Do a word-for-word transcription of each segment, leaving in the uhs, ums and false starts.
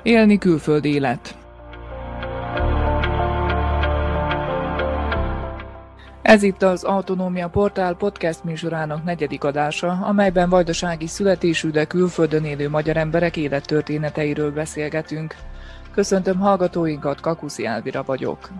Élni külföldi élet. Ez itt az Autonómia Portál podcast műsorának negyedik adása, amelyben vajdasági születésű, de külföldön élő magyar emberek élettörténeteiről beszélgetünk. Köszöntöm hallgatóinkat, Kakuszi Elvira vagyok.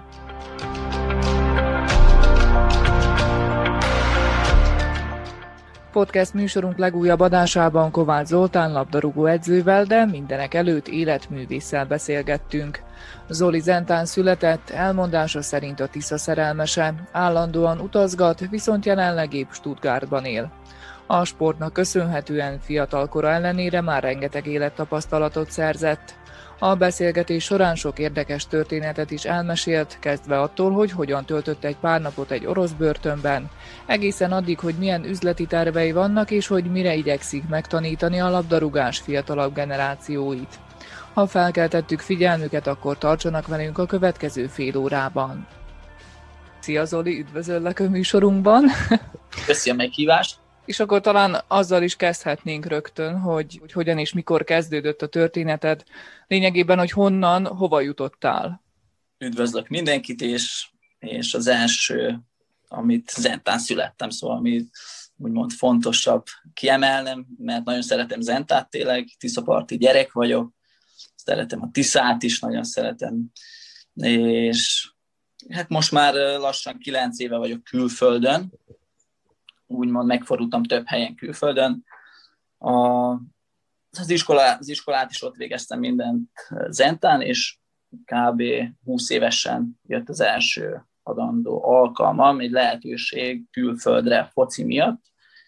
Podcast műsorunk legújabb adásában Kovács Zoltán labdarúgó edzővel, de mindenek előtt életművésszel beszélgettünk. Zoli Zentán született, elmondása szerint a Tisza szerelmese, állandóan utazgat, viszont jelenleg épp Stuttgartban él. A sportnak köszönhetően fiatalkora ellenére már rengeteg élettapasztalatot szerzett. A beszélgetés során sok érdekes történetet is elmesélt, kezdve attól, hogy hogyan töltött egy pár napot egy orosz börtönben, egészen addig, hogy milyen üzleti tervei vannak, és hogy mire igyekszik megtanítani a labdarúgás fiatalabb generációit. Ha felkeltettük figyelmüket, akkor tartsanak velünk a következő fél órában. Szia Zoli, üdvözöllek a műsorunkban! Köszi a meghívást! És akkor talán azzal is kezdhetnénk rögtön, hogy, hogy hogyan és mikor kezdődött a történeted, lényegében, hogy honnan, hova jutottál. Üdvözlök mindenkit, és, és az első, amit Zentán születtem, szóval ami úgymond fontosabb kiemelnem, mert nagyon szeretem Zentát tényleg, tiszaparti gyerek vagyok, szeretem a Tiszát is, nagyon szeretem, és hát most már lassan kilenc éve vagyok külföldön, úgymond megfordultam több helyen külföldön. A, az, iskolá, az iskolát is ott végeztem mindent Zentán, és kb. húsz évesen jött az első adandó alkalmam, egy lehetőség külföldre foci miatt,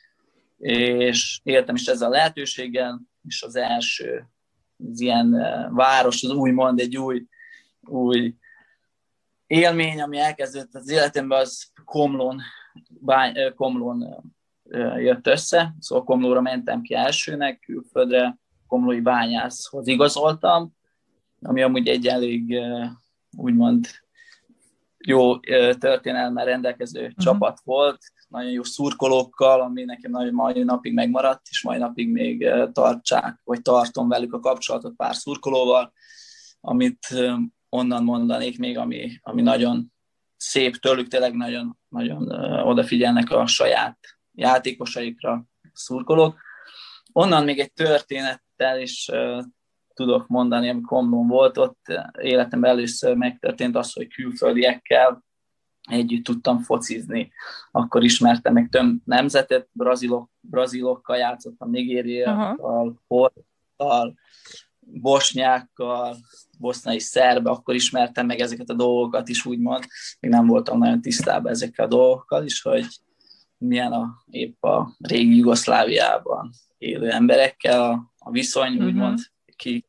és éltem is ezzel a lehetőséggel, és az első az ilyen város, az úgymond egy új, új élmény, ami elkezdődött az életemben, az Komlón, Bány, Komlón jött össze, szóval Komlóra mentem ki elsőnek, külföldre, komlói bányászhoz igazoltam, ami amúgy egy elég úgymond jó történelmmel rendelkező uh-huh. csapat volt, nagyon jó szurkolókkal, ami nekem nagyon mai napig megmaradt, és mai napig még tartsák, vagy tartom velük a kapcsolatot pár szurkolóval, amit onnan mondanék még, ami, ami nagyon szép tőlük, tényleg nagyon, nagyon odafigyelnek a saját játékosaikra, szurkolók. Onnan még egy történettel is uh, tudok mondani, ami Komlón volt, ott életemben először megtörtént az, hogy külföldiekkel együtt tudtam focizni. Akkor ismertem meg több nemzetet, brazilok, brazilokkal játszottam, nigériakkal, horvátokkal, bosnyákkal, boszniai szerbe, akkor ismertem meg ezeket a dolgokat is, úgymond. Még nem voltam nagyon tisztában ezekkel a dolgokkal is, hogy milyen a, épp a régi Jugoszláviában élő emberekkel a, a viszony, uh-huh. úgymond ki.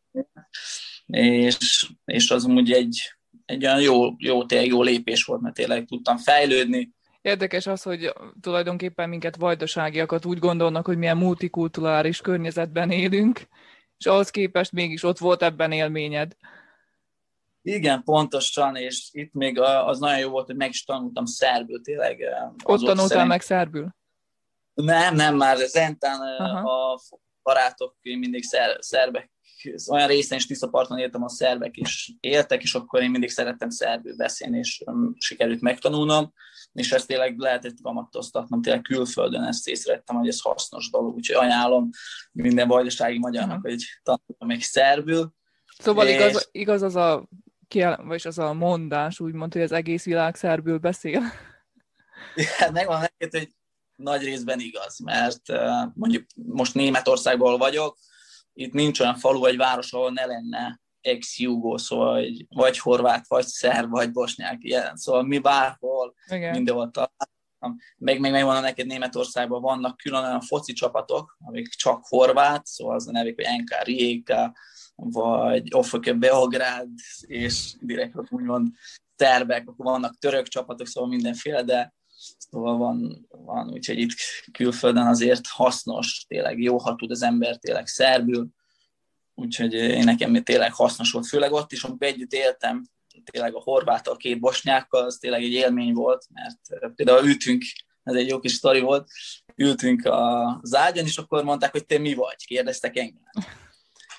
És, és az úgy egy, egy olyan jó, jó, tényleg jó lépés volt, mert tényleg tudtam fejlődni. Érdekes az, hogy tulajdonképpen minket vajdaságiakat úgy gondolnak, hogy milyen multikulturális környezetben élünk, és ahhoz képest mégis ott volt ebben élményed. Igen, pontosan, és itt még az nagyon jó volt, hogy meg is tanultam szerbül tényleg. Ott tanultál szerint... meg szerbül? Nem, nem, már Zentán a barátok mindig szer, szerbek, olyan részen is Tiszaparton éltem, a szerbek is éltek, és akkor én mindig szerettem szerbül beszélni, és sikerült megtanulnom, és ezt tényleg lehetett kamatoztatnom, tényleg külföldön ezt észrevettem, hogy ez hasznos dolog, úgyhogy ajánlom minden vajdasági magyarnak, uh-huh. hogy tanultam meg szerbül. Szóval és... igaz, igaz az a vagyis az a mondás, úgymond, hogy az egész világ szerbül beszél. Igen, megvan neked, hogy nagy részben igaz, mert mondjuk most Németországból vagyok, itt nincs olyan falu vagy város, ahol ne lenne ex-jugó, szóval vagy, vagy horvát, vagy szerb, vagy bosnyák, ilyen. Szóval mi bárhol, igen. Mindenhol találtam. Meg, meg megvan neked Németországban vannak külön olyan foci csapatok, amik csak horvát, szóval az a nevük, hogy en ká Rijeka, vagy o ef ká Beograd, és direkt úgymond szerbek, akkor vannak török csapatok, szóval mindenféle, de szóval van, van úgyhogy itt külföldön azért hasznos, tényleg jó, ha tud az ember tényleg szerbül, úgyhogy én nekem tényleg hasznos volt, főleg ott is, amikor együtt éltem, tényleg a horváttal, két bosnyákkal, az tényleg egy élmény volt, mert például ültünk, ez egy jó kis sztori volt, ültünk az ágyon, és akkor mondták, hogy te mi vagy, kérdeztek engem.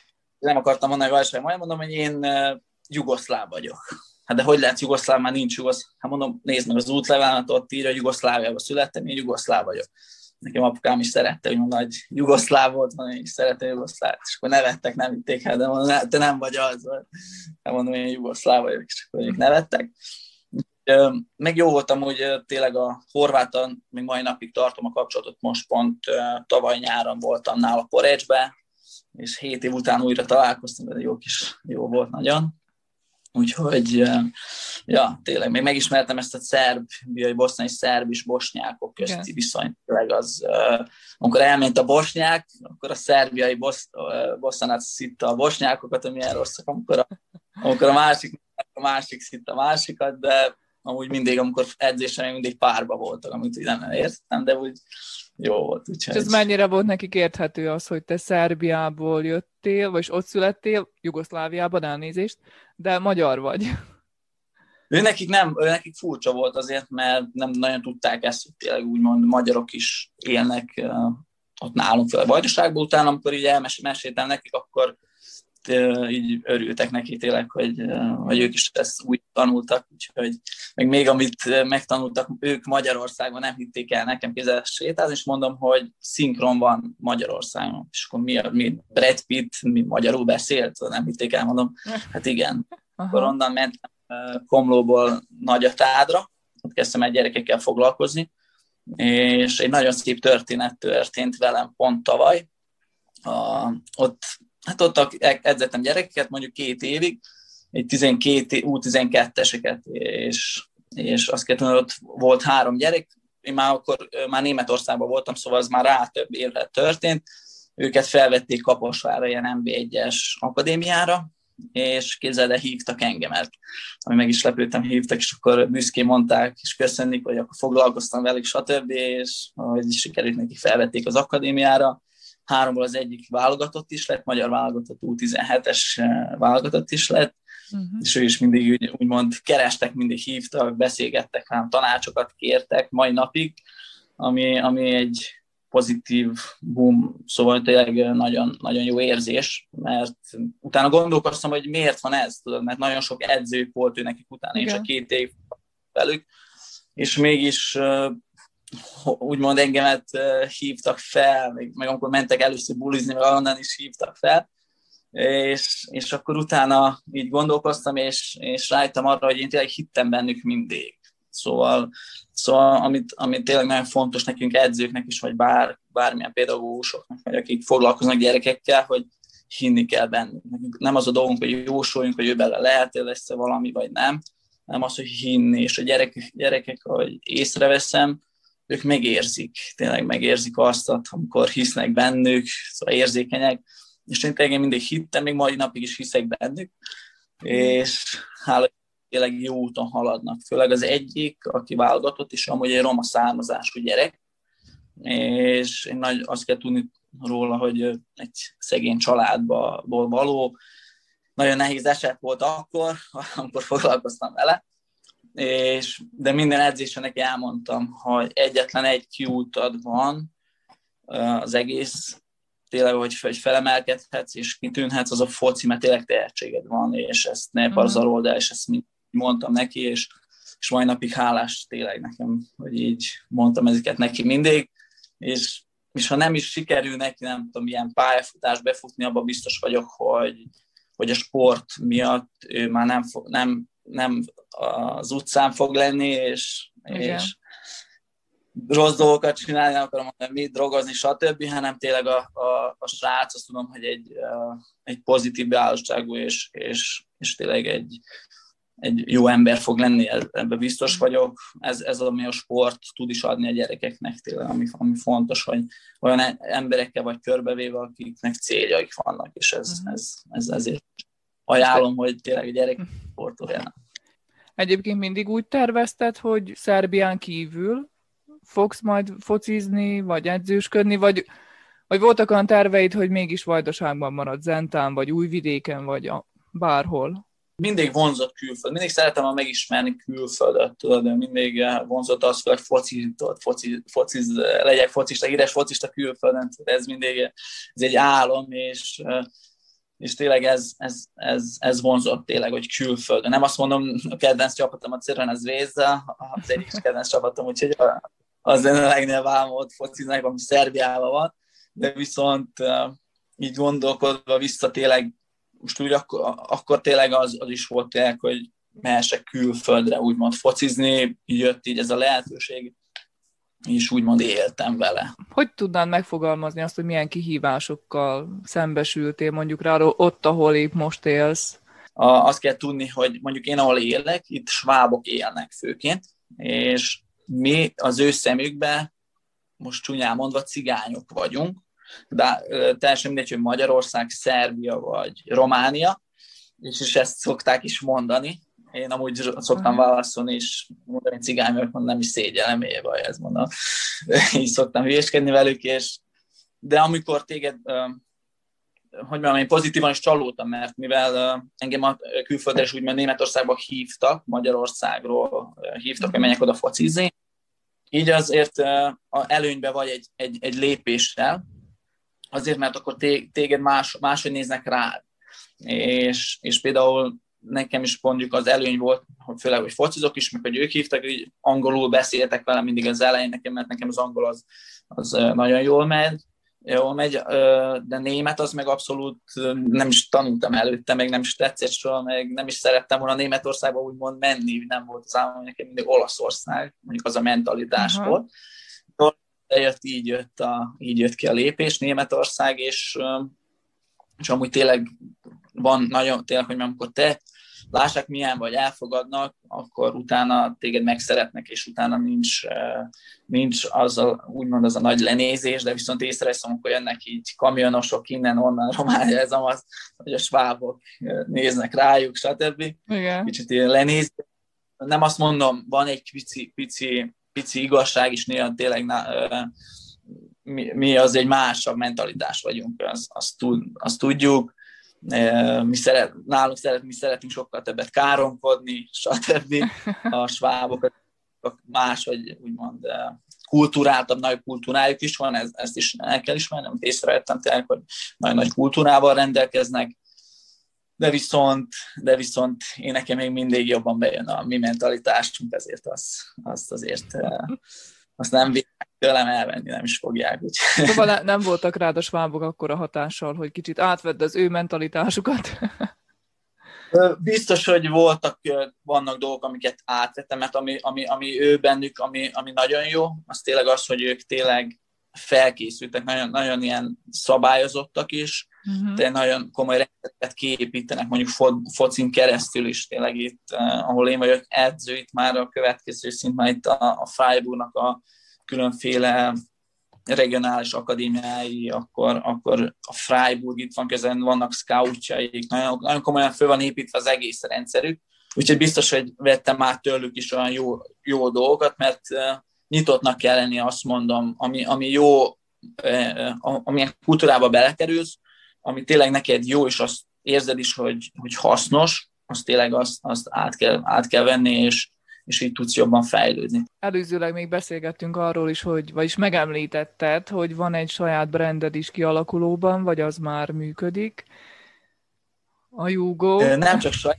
nem akartam mondani, hogy valószínűleg majd mondom, hogy én jugoszláv vagyok. Hát de hogy lehet jugoszláv, már nincs jugoszláv? Hát mondom, nézd meg az útlevelet, ott írja, hogy Jugoszláviában születtem, én jugoszláv vagyok. Nekem apukám is szerette, hogy mondom, hogy jugoszláv volt, van, én is szeretem jugoszláv. És akkor nevettek, nem vitték el, de mondom, te nem vagy az. Hát mondom, én jugoszláv vagyok, és akkor ők nevettek. Meg jó voltam, hogy tényleg a Horváton még mai napig tartom a kapcsolatot, most pont tavaly nyáron voltam nála Porečbe, és hét év után újra találkoztam, de jó kis, jó volt nagyon. Úgyhogy, ja, tényleg még megismertem ezt a szerbiai, boszniai szerb és bosnyákok közti okay. viszonyt. Tényleg az, amikor elment a bosnyák, akkor a szerbiai bosz, bosszanát szitta a bosnyákokat, hogy milyen rosszak, amikor a, amikor a másik, a másik szitta a másikat, de amúgy mindig, amikor edzésen mindig párba voltak, amit így nem értettem, de úgy jó volt. Úgyhogy... És ez mennyire volt nekik érthető az, hogy te Szerbiából jöttél, vagy ott születtél, Jugoszláviában, elnézést, de magyar vagy? Ő nekik nem, ő nekik furcsa volt azért, mert nem nagyon tudták ezt, hogy tényleg úgymond magyarok is élnek uh, ott nálunk fel a Vajdaságban. Utána, amikor így elmeséltem nekik, akkor uh, így örültek neki tényleg, hogy, uh, hogy ők is ezt úgy tanultak, úgyhogy meg még amit megtanultak, ők Magyarországon nem hitték el nekem kézzel sétázni, és mondom, hogy szinkron van Magyarországon. És akkor mi, mi Brad Pitt, mi magyarul beszélt, nem hitték el, mondom, hát igen. Aha. Akkor onnan mentem Komlóból Nagyatádra, ott kezdtem egy gyerekekkel foglalkozni, és egy nagyon szép történet történt velem pont tavaly. A, ott, hát ott edzettem gyerekeket mondjuk két évig, egy tizenkét U tizenketteseket, és, és azt kell tudni, ott volt három gyerek, én már akkor már Németországban voltam, szóval az már rá több évre történt, őket felvették Kaposvárra ilyen em bé egyes akadémiára, és képzeld el, hívtak engemet, ami meg is lepődtem, hívtak, és akkor büszkén mondták, és köszönnik, hogy akkor foglalkoztam velük, stb., és ahogy sikerült, nekik felvették az akadémiára. Háromból az egyik válogatott is lett, magyar válogatott, U tizenhetes válogatott is lett, uh-huh. és ő is mindig úgy, úgymond kerestek, mindig hívtak, beszélgettek, rám tanácsokat kértek mai napig, ami, ami egy pozitív boom, szóval tényleg nagyon, nagyon jó érzés, mert utána gondolkoztam, hogy miért van ez, tudod, mert nagyon sok edzők volt ő nekik utána, én csak két év velük, és mégis úgymond engemet hívtak fel, meg, meg amikor mentek először bulizni, meg onnan is hívtak fel, és, és akkor utána így gondolkoztam, és, és rájöttem arra, hogy én tényleg hittem bennük mindig. Szóval, szóval amit, amit tényleg nagyon fontos nekünk edzőknek is, vagy bár, bármilyen pedagógusoknak, vagy akik foglalkoznak gyerekekkel, hogy hinni kell bennük. Nem az a dolgunk, hogy jósoljunk, hogy ő bele lehet, lesz valami, vagy nem, hanem az, hogy hinni, és a gyerekek, gyerekek ahogy észreveszem, ők megérzik, tényleg megérzik azt, amikor hisznek bennük, szóval érzékenyek, és én tényleg mindig hittem, még mai napig is hiszek bennük, és hála tényleg jó úton haladnak. Főleg az egyik, aki válogatott, és amúgy egy roma származású gyerek, és én nagy, azt kell tudni róla, hogy egy szegény családból való, nagyon nehéz eset volt akkor, amikor foglalkoztam vele, és, de minden edzésen neki elmondtam, hogy egyetlen egy kiútad van az egész, tényleg, hogy felemelkedhetsz és kitűnhetsz, az a foci, mert tényleg tehetséged van, és ezt ne pazarold el, és ezt mondtam neki, és, és mai napig hálás tényleg nekem, hogy így mondtam ezeket neki mindig, és, és ha nem is sikerül neki, nem tudom, ilyen pályafutás befutni, abban biztos vagyok, hogy, hogy a sport miatt ő már nem, fog, nem, nem az utcán fog lenni, és, és rossz dolgokat csinálni, nem akarom mondani, mit, drogozni, stb., hanem tényleg a, a, a srác, azt tudom, hogy egy, egy pozitív beállóságú, és, és, és tényleg egy, egy jó ember fog lenni, ebben biztos vagyok. Ez, ez ami a sport tud is adni a gyerekeknek tényleg, ami, ami fontos, hogy olyan emberekkel vagy körbevéve, akiknek céljaik vannak, és ez, ez, ez ezért ajánlom, hogy tényleg a gyerek sportoljanak. Egyébként mindig úgy tervezted, hogy Szerbián kívül fogsz majd focizni, vagy edzősködni, vagy, vagy voltak olyan terveid, hogy mégis Vajdaságban marad, Zentán, vagy Újvidéken, vagy a, bárhol? Mindig vonzott külföld. Mindig szeretem a megismerni külföldet, tudod, de mindig vonzott az, hogy fociztod, foci, fociz, legyek focista, híres focista külföldön, ez mindig ez egy álom, és, és tényleg ez, ez, ez, ez vonzott tényleg, hogy külföldön. Nem azt mondom, a kedvenc csapatom a Crvena Zvezda, az egyik kedvenc csapatom, úgyhogy az a legnagyobb álmom ott fociznak, ami Szerbiában van, de viszont így gondolkodva vissza tényleg, most úgy akkor, akkor tényleg az, az is volt tényleg, hogy mehessek külföldre úgymond focizni, így jött így ez a lehetőség, és úgymond éltem vele. Hogy tudnád megfogalmazni azt, hogy milyen kihívásokkal szembesültél mondjuk rá ott, ahol épp most élsz? A, azt kell tudni, hogy mondjuk én, ahol élek, itt svábok élnek főként, és mi az ő szemükben, most csúnyán mondva, cigányok vagyunk, de teljesen mindegy, hogy Magyarország, Szerbia vagy Románia, és, és ezt szokták is mondani. Én amúgy szoktam válaszolni, és mondani, hogy cigány vagyok, nem is szégyellem, miért baj, ez mondom. Így szoktam hülyéskedni velük, és de amikor téged, hogy mondjam, én pozitívan is csalódtam, mert mivel engem a külföldre is úgymond Németországba hívtak, Magyarországról hívtak, hogy menjek oda focizni, így azért a előnybe vagy egy, egy, egy lépéssel, azért, mert akkor téged más, máshogy néznek rád. És, és például nekem is mondjuk az előny volt, hogy főleg, hogy focizok is, meg hogy ők hívtak, hogy angolul beszéltek velem mindig az elején nekem, mert nekem az angol az, az nagyon jól megy, jól megy, de német az meg abszolút nem is tanultam előtte, meg nem is tetszett soha, meg nem is szerettem volna Németországba úgymond menni, nem volt az állam, nekem mindig Olaszország, mondjuk az a mentalitás uh-huh. volt. De jött, így, jött a, így jött ki a lépés Németország, és, és amúgy tényleg van nagyon, tényleg, hogy amikor te lássák milyen vagy, elfogadnak, akkor utána téged megszeretnek, és utána nincs, nincs az a, úgymond az a nagy lenézés, de viszont észreveszem, amikor jönnek így kamionosok innen, onnan, Románia, ez az, hogy a svábok néznek rájuk, stb. Igen. Kicsit ilyen lenézés. Nem azt mondom, van egy pici, pici, pici igazság is, néha tényleg mi, mi az egy másabb mentalitás vagyunk, azt, azt, tud, azt tudjuk. Mi szeret, nálunk szeret, mi szeretünk sokkal többet káromkodni, stb. A svábok más, vagy úgymond kultúráltabb, nagy kultúrájuk is van, ez, ezt is el kell ismernem, észrevettem tényleg, hogy nagyon nagy kultúrával rendelkeznek, de viszont, de viszont én nekem még mindig jobban bejön a mi mentalitásunk, ezért azt, azt azért azt nem bírják tőlem elvenni, nem is fogják. Úgy. Szóval ne, nem voltak rád a svábok akkora hatással, hogy kicsit átvedd az ő mentalitásukat? Biztos, hogy voltak, vannak dolgok, amiket átvettem, mert ami, ami, ami ő bennük, ami, ami nagyon jó, az tényleg az, hogy ők tényleg felkészültek, nagyon, nagyon ilyen szabályozottak is, uh-huh. de nagyon komoly rendszereket kiépítenek, mondjuk fo- focin keresztül is tényleg itt, uh, ahol én vagyok edző, itt már a következő szint, már itt a, a Freiburgnak a különféle regionális akadémiái, akkor, akkor a Freiburg itt van közel, vannak scoutjaik, nagyon, nagyon komolyan föl van építve az egész rendszerük, úgyhogy biztos, hogy vettem át tőlük is olyan jó, jó dolgokat, mert uh, nyitottnak kell lenni, azt mondom, ami, ami jó, uh, amilyen kultúrába belekerülsz, ami tényleg neked jó, és azt érzed is, hogy, hogy hasznos, azt tényleg azt, azt át, kell, át kell venni, és, és így tudsz jobban fejlődni. Előzőleg még beszélgettünk arról is, hogy, vagyis megemlítetted, hogy van egy saját branded is kialakulóban, vagy az már működik. A Jugo. Nem csak saját,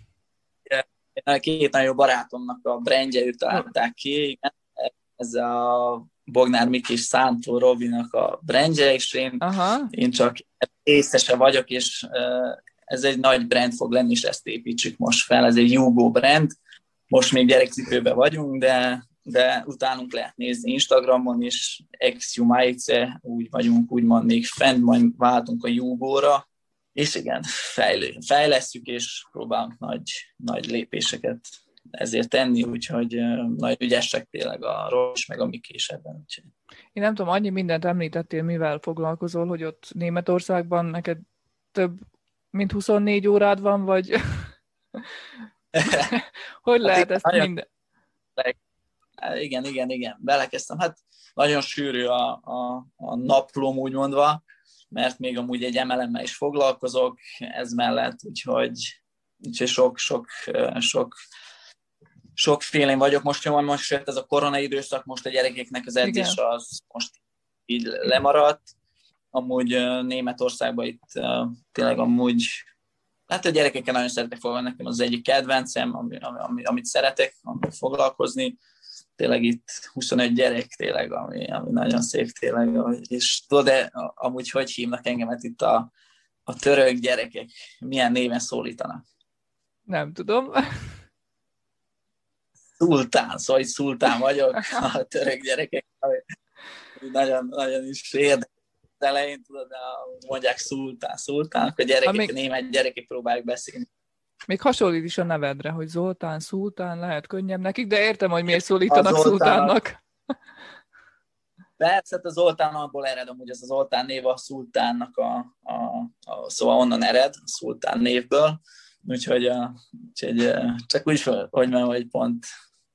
két nagyon jó barátomnak a brandje, őt találták ki, igen. Ez a Bognár Miki és Szántó Robinak a brandje, és én, én csak részese vagyok, és ez egy nagy brand fog lenni, és ezt építsük most fel. Ez egy Jugo brand. Most még gyerekcipőben vagyunk, de, de utánunk lehet nézni Instagramon is, ex Jumaice, úgy vagyunk, úgymond még fent, majd váltunk a Jugóra, és igen, fejlő, fejlesszük, és próbálunk nagy, nagy lépéseket ezért tenni, úgyhogy nagy ügyesek tényleg a Ross, meg a Miki is ebben. Úgyhogy. Én nem tudom, annyi mindent említettél, mivel foglalkozol, hogy ott Németországban neked több mint huszonnégy órád van, vagy hogy lehet ezt nagyon... minden? Igen, igen, igen, belekezdtem. Hát nagyon sűrű a, a, a naplóm, úgy mondva, mert még amúgy egy em el em-mel is foglalkozok ez mellett, úgyhogy, úgyhogy sok, sok, sok sokfélén vagyok. Most jön, most jött ez a korona időszak, most a gyerekeknek az edzés igen. Az most így lemaradt. Amúgy Németországban itt tényleg amúgy Hát a gyerekekkel nagyon szeretek foglalkozni, nekem az egyik kedvencem, ami, ami, amit szeretek, amit foglalkozni. Tényleg itt huszonöt gyerek, tényleg, ami, ami nagyon szép tényleg. És tudod, de amúgy hogy hívnak engemet itt a, a török gyerekek? Milyen néven szólítanak? Nem tudom. Szultán, szóval hogy szultán vagyok, a török gyerekek. Nagyon, nagyon is érdekes. Elején tudod, de mondják szultán, szultán, akkor gyerekek, még, német gyerekek próbálják beszélni. Még hasonlít is a nevedre, hogy Zoltán, szultán, lehet könnyebb nekik, de értem, hogy miért szólítanak szultánnak. Persze, hát a Zoltán abból ered, amúgy ez a Zoltán név a szultánnak, a, a, a, szóval onnan ered, a szultán névből, úgyhogy, a, úgyhogy csak úgy, hogy mondjam, hogy pont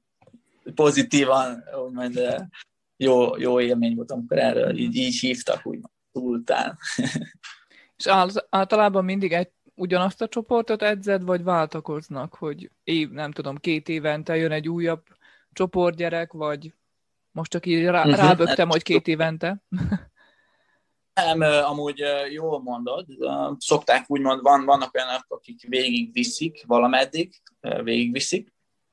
pozitívan, úgymond jó, jó élmény volt, amikor erről így, így hívtak, úgymond szultán. És általában mindig egy, ugyanazt a csoportot edzed, vagy váltakoznak, hogy év, nem tudom, két évente jön egy újabb csoportgyerek, vagy most csak így rá, rábögtem, hogy két évente? Nem, amúgy jól mondod, szokták úgymond, van, vannak olyanok, akik végigviszik valameddig, végigviszik,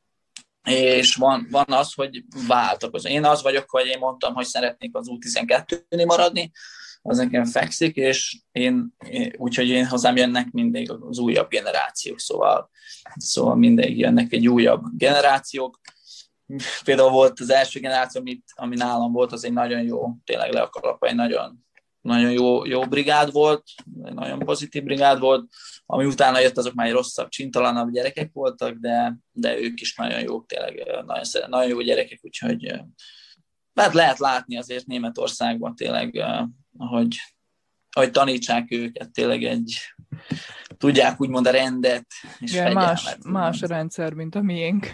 és van, van az, hogy váltakozom. Én az vagyok, hogy én mondtam, hogy szeretnék az U tizenkettőnél maradni, az nekem fekszik, és én, úgyhogy én hozzám jönnek mindig az újabb generációk, szóval, szóval mindig jönnek egy újabb generációk. Például volt az első generáció, amit, ami nálam volt, az egy nagyon jó, tényleg le a kalapa, egy nagyon, nagyon jó, jó brigád volt, egy nagyon pozitív brigád volt, ami utána jött, azok már rosszabb, csintalanabb gyerekek voltak, de, de ők is nagyon jók, tényleg nagyon, nagyon jó gyerekek, úgyhogy hát lehet látni azért Németországban tényleg, hogy, hogy tanítsák őket, tényleg egy, tudják úgymond a rendet és igen, más, más a rendszer, mint a miénk.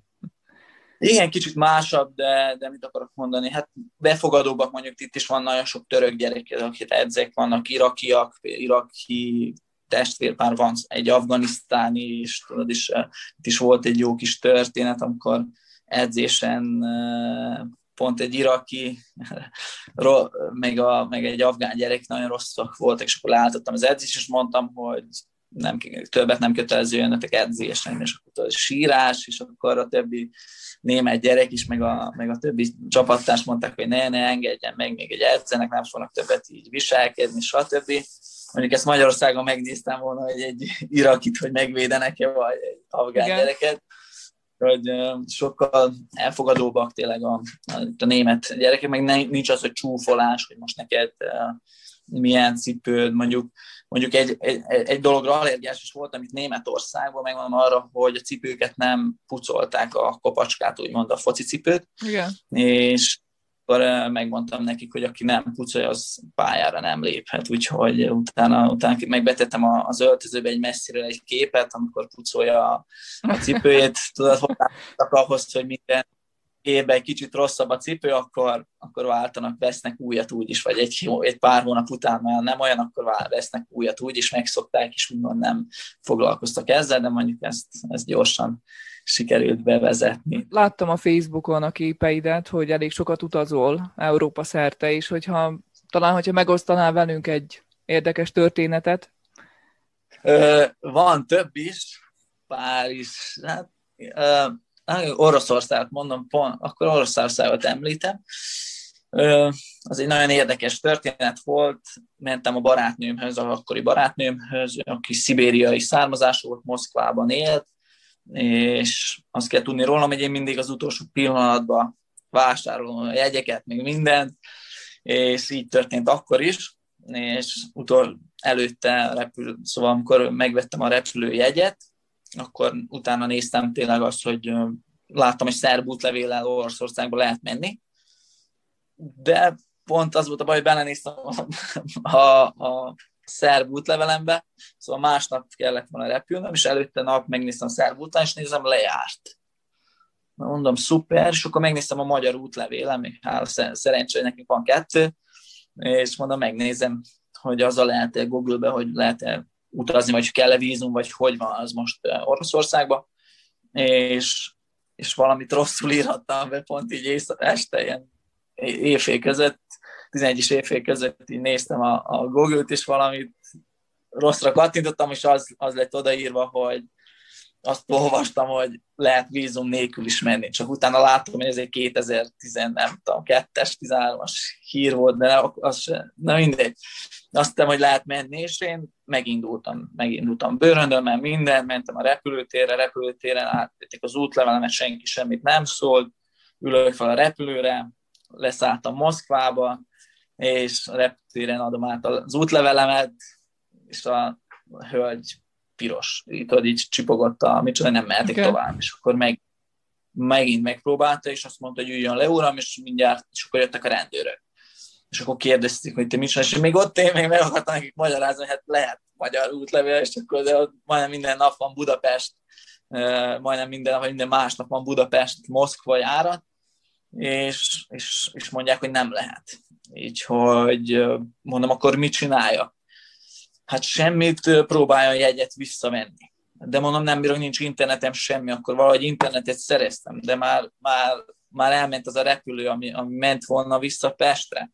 Igen, kicsit másabb, de, de mit akarok mondani, hát befogadóbbak, mondjuk itt is van nagyon sok török gyerek, akik edzek, vannak irakiak, iraki testvérpár van, egy afganisztáni, és tudod, is, itt is volt egy jó kis történet, amikor edzésen pont egy iraki, meg, a, meg egy afgán gyerek nagyon rosszak voltak, és akkor látottam az edzést, és mondtam, hogy nem, többet nem kötelező jönnetek edzésen, és akkor a sírás, és akkor a többi német gyerek is, meg a, meg a többi csapattárs mondták, hogy ne, ne engedjen meg, még egy edzenek, nem fognak többet így viselkedni, stb. Mondjuk ezt Magyarországon megnéztem volna, hogy egy irakit, hogy megvédenek-e, vagy egy afgán igen. gyereket, hogy sokkal elfogadóbbak tényleg a, a német gyerekek, meg nincs az, hogy csúfolás, hogy most neked milyen cipőd, mondjuk, mondjuk egy, egy, egy dologra allergiás is voltam itt Németországban, megmondom arra, hogy a cipőket nem pucolták a kopacskát, úgymond a focicipőt, igen. És akkor megmondtam nekik, hogy aki nem pucolja, az pályára nem léphet, úgyhogy utána, utána megbetettem az öltözőbe egy messziről egy képet, amikor pucolja a, a cipőjét, tudod, hozzátottak ahhoz, hogy minden évben egy kicsit rosszabb a cipő, akkor, akkor váltanak, vesznek újat úgyis, vagy egy, egy pár hónap után már nem olyan, akkor vesznek újat úgyis, megszokták, és úgymond nem foglalkoztak ezzel, de mondjuk ezt, ezt gyorsan sikerült bevezetni. Láttam a Facebookon a képeidet, hogy elég sokat utazol Európa szerte, és hogyha talán, hogyha megosztanál velünk egy érdekes történetet. Ö, van több is, pár is, hát ö, Oroszországot mondom, pont, akkor Oroszországot említem. Ö, az egy nagyon érdekes történet volt, mentem a barátnőmhöz, a akkori barátnőmhöz, aki szibériai származású volt, Moszkvában élt, és azt kell tudni rólam, hogy én mindig az utolsó pillanatban vásárolom a jegyeket, még mindent, és így történt akkor is, és utol előtte repül, szóval amikor megvettem a repülőjegyet, akkor utána néztem tényleg azt, hogy láttam, hogy szerb útlevéllel Oroszországba lehet menni, de pont az volt a baj, hogy belenéztem a, a, a szerb útlevelembe, szóval másnap kellett volna repülnöm, és előtte nap megnéztem a szerb útlán, és nézem, lejárt. Na, mondom, szuper, és akkor megnéztem a magyar útlevélem, még hála szerencsé, hogy nekünk van kettő, és mondom, megnézem, hogy azzal lehet-e Google-be, hogy lehet-e utazni, vagy kell-e vízum, vagy hogy van az most Oroszországba, és, és valamit rosszul írhattam be, pont így éjsz, este, ilyen éjfél között, tizenegy és éjfél között így néztem a, a Google-t, és valamit rosszra kattintottam, és az, az lett odaírva, hogy azt olvastam, hogy lehet vízum nélkül is menni, csak utána látom, hogy ez egy kétezer-tizenkettes, tizenhármas hír volt, de az se, na mindegy. Azt hittem, hogy lehet menni, és én megindultam, megindultam bőröndön, mert minden, mentem a repülőtérre, repülőtéren átvették az útlevelemet, senki semmit nem szólt, ülök fel a repülőre, leszálltam Moszkvába, és a repülőtéren adom át az útlevelemet, és a hölgy piros, itt így csipogott, amit nem mehetek okay. tovább, és akkor meg, megint megpróbálta, és azt mondta, hogy üljön le, uram, és mindjárt, és akkor jöttek a rendőrök. És akkor kérdezték, hogy te mit csinálsz, és még ott én még meg akartam nekik magyarázni, hogy hát lehet magyar útlevél, és akkor de ott majdnem minden nap van Budapest, majdnem minden, vagy minden másnap van Budapest, Moszkva járat, és, és, és mondják, hogy nem lehet. Így, hogy mondom, akkor mit csinálja? Hát semmit, próbáljon jegyet visszavenni. De mondom, nem bírok, nincs internetem semmi, akkor valahogy internetet szereztem, de már, már, már elment az a repülő, ami, ami ment volna vissza Pestre.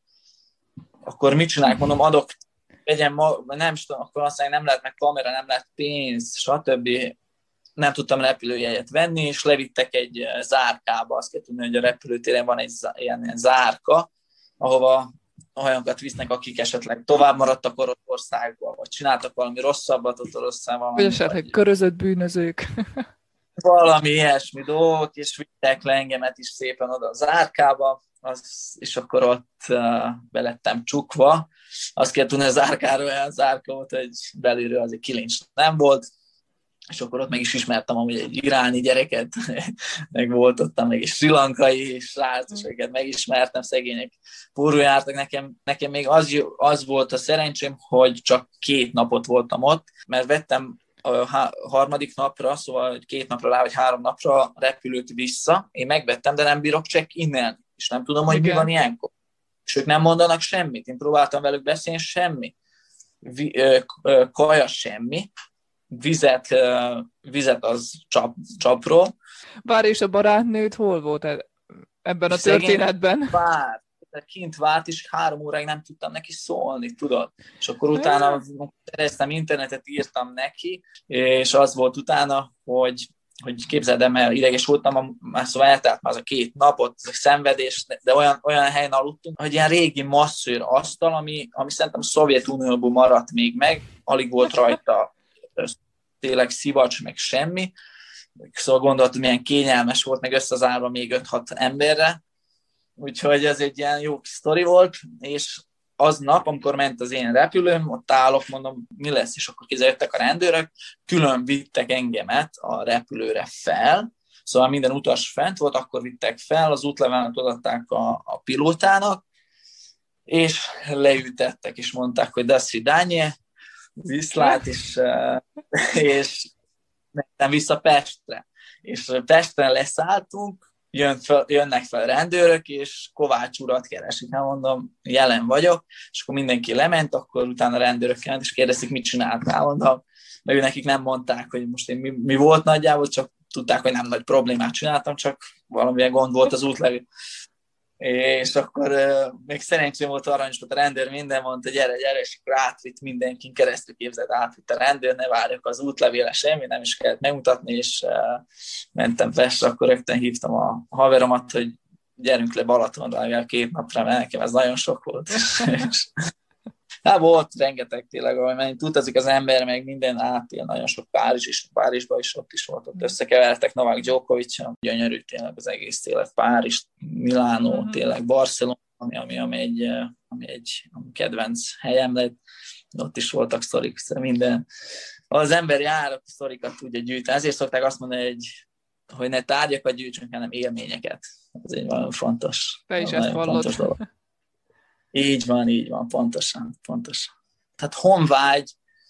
Akkor mit csinálják? Mondom, adok, vegyem, nem tudom, akkor azt mondja, nem lehet meg kamera, nem lehet pénz, stb. Nem tudtam repülőjegyet venni, és levittek egy zárkába. Azt kell tudni, hogy a repülőtéren van egy ilyen zárka, ahova olyanokat visznek, akik esetleg tovább maradtak Oroszországba, vagy csináltak valami rosszabbat ott Oroszországban. Vagy esetleg körözött bűnözők. Valami ilyesmi dolgok, és vittek le engemet is szépen oda a zárkába, az, és akkor ott uh, belettem csukva. Azt kell tudni, a zárkáról olyan zárka volt, hogy belülről azért kilincs nem volt, és akkor ott meg is ismertem amúgy egy iráni gyereket, meg volt ott még egy sri lankai srác, és őket megismertem, szegények pórul jártak. Nekem, nekem még az, az volt a szerencsém, hogy csak két napot voltam ott, mert vettem a harmadik napra, szóval két napra rá, vagy három napra repülőt vissza. Én megvettem, de nem bírok check-in-elni, és nem tudom, hogy igen. Mi van ilyenkor. És ők nem mondanak semmit. Én próbáltam velük beszélni, semmi. Vi, ö, ö, kaja semmi. Vizet, vizet az csap, csapról. Bár és a barátnőd hol volt ebben a Szegény történetben? Vár, kint várt, és három óráig nem tudtam neki szólni, tudod? És akkor utána szereztem internetet, írtam neki, és az volt utána, hogy, hogy képzeld el, ideges voltam, már szóval eltelt már az a két napot, az a szenvedés, de olyan, olyan helyen aludtunk, hogy ilyen régi masszőr asztal, ami, ami szerintem a Szovjetunióból maradt még meg, alig volt rajta tényleg szivacs, meg semmi. Szóval gondoltam, milyen kényelmes volt, meg összezárva még öt-hat emberre. Úgyhogy ez egy ilyen jó kis sztori volt, és aznap, amikor ment az én repülőm, ott állok, mondom, mi lesz, és akkor kijöttek a rendőrök, külön vittek engemet a repülőre fel, szóval minden utas fent volt, akkor vittek fel, az útlevelet odaadták a, a pilótának, és leütettek, és mondták, hogy das vidanje, viszlát, és, és mentem vissza Pestre. És Pestre leszálltunk, jön fel, jönnek fel rendőrök, és Kovács urat keresik. Hát mondom, jelen vagyok, és akkor mindenki lement, akkor utána a rendőrök jelent, és kérdezik, mit csináltál, mondom. Mert ő nekik nem mondták, hogy most én mi, mi volt nagyjából, csak tudták, hogy nem nagy problémát csináltam, csak valamilyen gond volt az útlevél. És akkor uh, még szerencsém volt, aranyos volt a rendőr, minden mondta, gyere, gyere, és akkor átvitt mindenkin keresztül, képzeld, átvitt a rendőr, ne várjak az útlevéle, semmi, nem is kellett megmutatni, és uh, mentem Pestre, akkor rögtön hívtam a haveromat, hogy gyerünk le Balatonra, legalább két napra, mert nekem ez nagyon sok volt. Hát volt rengeteg tényleg, ahol utazik az ember, meg minden átél, nagyon sok Párizs is, Párizsban is ott is volt, ott összekevertek Novák Djokovic-on, gyönyörű tényleg az egész tényleg, Párizs, Milánó, mm-hmm. tényleg Barcelona, ami, ami, ami, egy, ami egy ami kedvenc helyem lett, ott is voltak sztorik, minden. Az ember jár, a sztorikat tudja gyűjteni, ezért szokták azt mondani, hogy, hogy ne tárgyakat gyűjtsünk, hanem élményeket. Ez egy nagyon fontos. Te is ezt vallod. Így van, így van, pontosan, pontosan. Tehát honvágy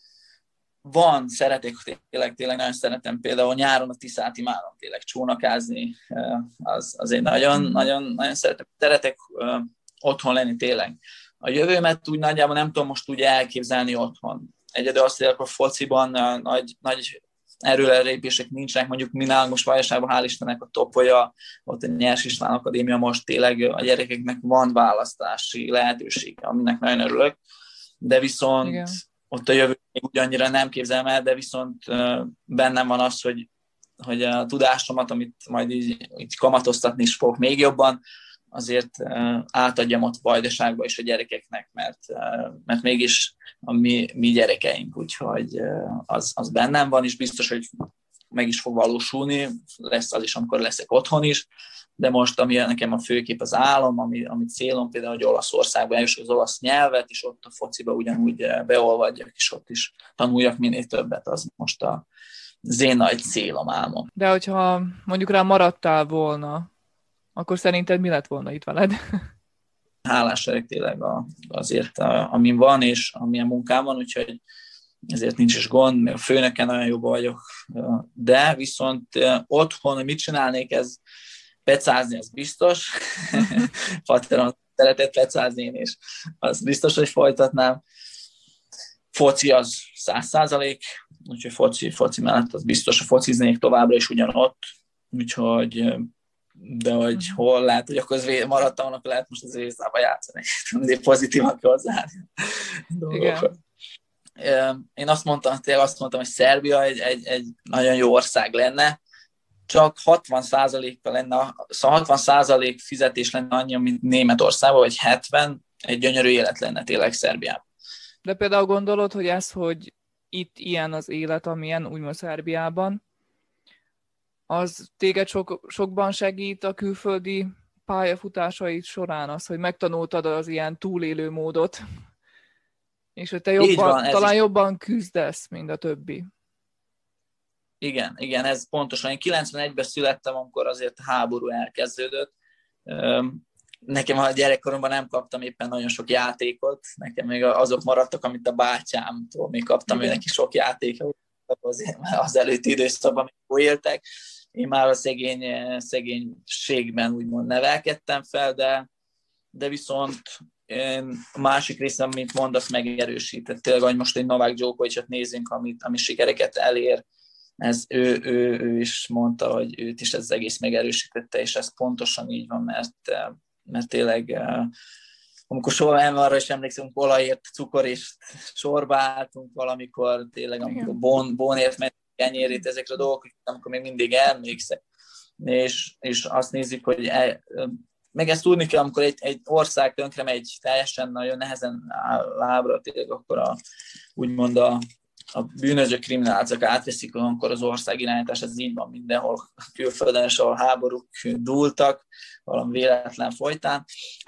van, szeretek tényleg, tényleg nagyon szeretem például nyáron a Tiszát imádom tényleg csónakázni, az, az egy nagyon, nagyon, nagyon szeretek, szeretek uh, otthon lenni tényleg. A jövőmet úgy nagyjából nem tudom most úgy elképzelni otthon. Egyedül azt mondják, a fociban uh, nagy, nagy erőlépések nincsenek, mondjuk mi nálunk most Vajdaságban, hál' Istennek a Topolya, ott a Nyers István Akadémia, most tényleg a gyerekeknek van választási lehetőség, aminek nagyon örülök, de viszont igen. ott a jövő még ugyannyira nem képzelem el, de viszont bennem van az, hogy, hogy a tudásomat, amit majd így, így kamatoztatni is fogok még jobban, azért átadjam ott Vajdaságba is a gyerekeknek, mert, mert mégis a mi, mi gyerekeink, úgyhogy az, az bennem van, és biztos, hogy meg is fog valósulni, lesz az is, amikor leszek otthon is, de most, ami nekem a főkép az álom, ami, ami célom például, hogy Olaszországban eljussak az olasz nyelvet, és ott a fociba ugyanúgy beolvadjak, és ott is tanuljak minél többet, az most a, az én nagy célom, álmom. De hogyha mondjuk rá maradtál volna, akkor szerinted mi lett volna itt veled? Hálás vagyok tényleg azért, amin van, és amilyen munkám van, úgyhogy ezért nincs is gond, a főnöken nagyon jobban vagyok, de viszont otthon mit csinálnék, ez pecázni, az biztos. Fateron szeretett pecázni én, és az biztos, hogy folytatnám. Foci az száz százalék, úgyhogy foci, foci mellett az biztos, hogy fociznék továbbra is ugyanott, úgyhogy de hogy hol lehet, hogy akkor az maradtam, akkor lehet most az Vészában játszani. Azért pozitívan kell hozzáállni. Én azt mondtam, tényleg azt mondtam, hogy Szerbia egy, egy, egy nagyon jó ország lenne, csak hatvan százalékkal lenne, szóval hatvan százalék fizetés lenne annyi, mint Németországban, vagy hetven, egy gyönyörű élet lenne tényleg Szerbiában. De például gondolod, hogy ez, hogy itt ilyen az élet, amilyen úgymond Szerbiában, az téged sok, sokban segít a külföldi pályafutásaid során az, hogy megtanultad az ilyen túlélő módot, és hogy te jobban, van, talán is jobban küzdesz, mint a többi. Igen, igen, ez pontosan. Én kilencvenegyben születtem, amikor azért a háború elkezdődött. Nekem a gyerekkoromban nem kaptam éppen nagyon sok játékot, nekem még azok maradtak, amit a bátyámtól még kaptam, ő neki sok játékot az előtti időszakban, amikor éltek. Én már a szegény, szegénységben úgymond nevelkedtem fel, de, de viszont én a másik részem, mint mondasz, megerősített. Tényleg, hogy most egy Novák Djokovicot nézünk, amit, ami sikereket elér, ez ő, ő, ő is mondta, hogy őt is ez egész megerősítette, és ez pontosan így van, mert, mert tényleg, amikor sorban arra is emlékszem, olajért, cukorért sorba álltunk valamikor, tényleg amikor bon, bonért ment kenyérét, ezekre a dolgok, amikor még mindig emlékszek. És, és azt nézzük, hogy el, meg ezt tudni kell, amikor egy, egy ország tönkre megy, teljesen nagyon nehezen áll lábra, tényleg akkor a, úgymond a, a bűnözők, kriminálcak átveszik, amikor az ország irányítás, ez így van mindenhol külföldön, és ahol háborúk dúltak, valami véletlen folytán,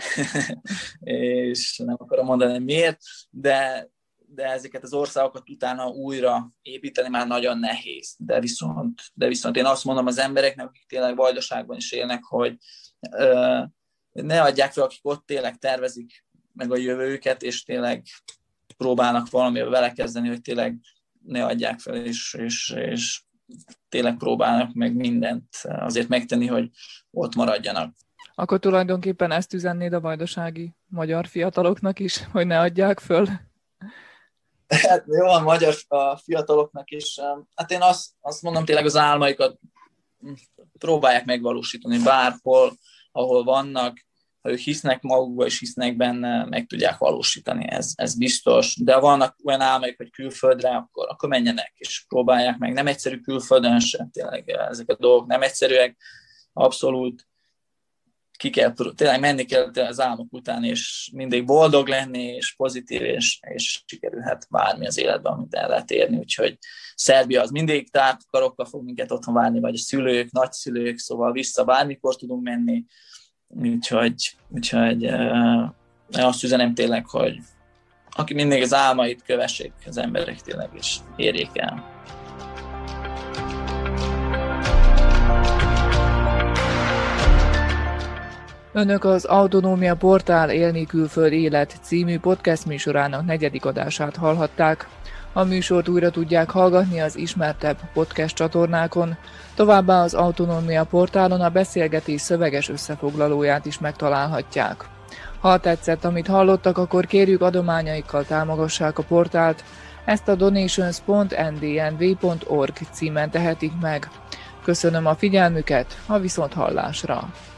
és nem akarom mondani miért, de, de ezeket az országokat utána újra építeni már nagyon nehéz. De viszont, de viszont én azt mondom az embereknek, akik tényleg Vajdaságban is élnek, hogy uh, ne adják fel, akik ott tényleg tervezik meg a jövőket, és tényleg próbálnak valamivel vele kezdeni, hogy tényleg ne adják fel, és, és, és tényleg próbálnak meg mindent azért megtenni, hogy ott maradjanak. Akkor tulajdonképpen ezt üzennéd a vajdasági magyar fiataloknak is, hogy ne adják föl? Hát jó, a magyar a fiataloknak is. Hát én azt, azt mondom, tényleg az álmaikat próbálják megvalósítani bárhol, ahol vannak, ha ők hisznek magukba és hisznek benne, meg tudják valósítani, ez, ez biztos. De vannak olyan álmaik, hogy külföldre, akkor, akkor menjenek és próbálják meg. Nem egyszerű külföldön sem, tényleg ezek a dolgok nem egyszerűek, abszolút ki kell, tényleg menni kell az álmok után, és mindig boldog lenni, és pozitív, és, és sikerülhet bármi az életben, amit el lehet érni. Úgyhogy Szerbia az mindig tárt karokkal fog minket otthon várni, vagy a szülők, nagyszülők, szóval vissza bármikor tudunk menni. Úgyhogy, úgyhogy uh, azt üzenem tényleg, hogy aki mindig az álmait kövessék, az emberek tényleg is érjék el. Önök az Autonómia Portál Élni Külföld Élet című podcast műsorának negyedik adását hallhatták. A műsort újra tudják hallgatni az ismertebb podcast csatornákon, továbbá az Autonómia Portálon a beszélgetés szöveges összefoglalóját is megtalálhatják. Ha tetszett, amit hallottak, akkor kérjük adományaikkal támogassák a portált, ezt a donations pont n d n v pont org címen tehetik meg. Köszönöm a figyelmüket, a viszonthallásra!